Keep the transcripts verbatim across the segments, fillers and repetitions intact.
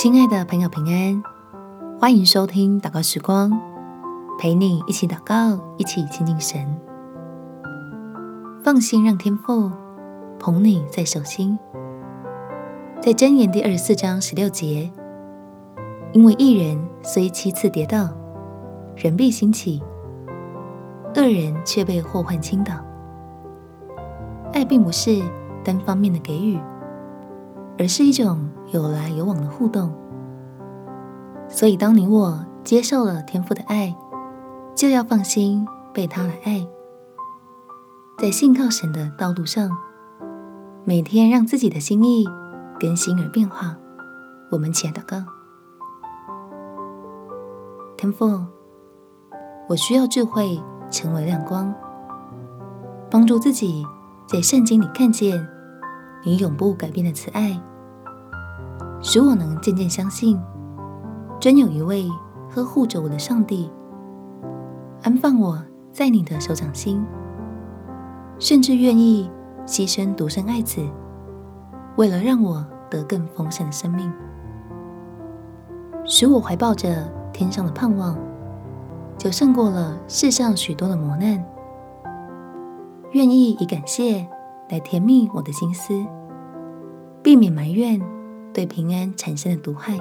亲爱的朋友平安，欢迎收听祷告时光，陪你一起祷告，一起亲近神。放心让天父捧你在手心。在箴言第二十四章十六节，因为一人虽七次跌倒，人必兴起，恶人却被祸患倾倒。爱并不是单方面的给予，而是一种有来有往的互动。所以当你我接受了天父的爱，就要放心被他来爱。在信靠神的道路上，每天让自己的心意更新而变化。我们起来祷告。天父，我需要智慧成为亮光，帮助自己在圣经里看见你永不改变的慈爱，使我能渐渐相信真有一位呵护着我的上帝，安放我在你的手掌心，甚至愿意牺牲独生爱子，为了让我得更丰盛的生命，使我怀抱着天上的盼望，就胜过了世上许多的磨难，愿意以感谢来甜蜜我的心思，避免埋怨对平安产生的毒害，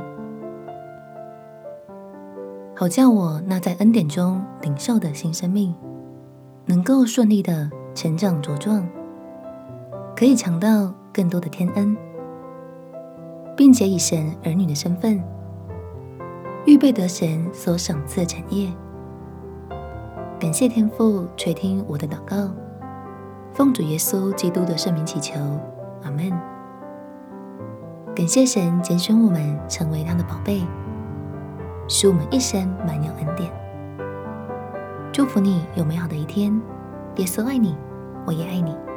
好叫我那在恩典中领受的新生命能够顺利的成长茁壮，可以尝到更多的天恩，并且以神儿女的身份预备得神所赏赐的产业。感谢天父垂听我的祷告，奉主耶稣基督的圣名祈求，阿们。感谢神拣选我们成为他的宝贝，使我们一生满有恩典。祝福你有美好的一天，耶稣爱你，我也爱你。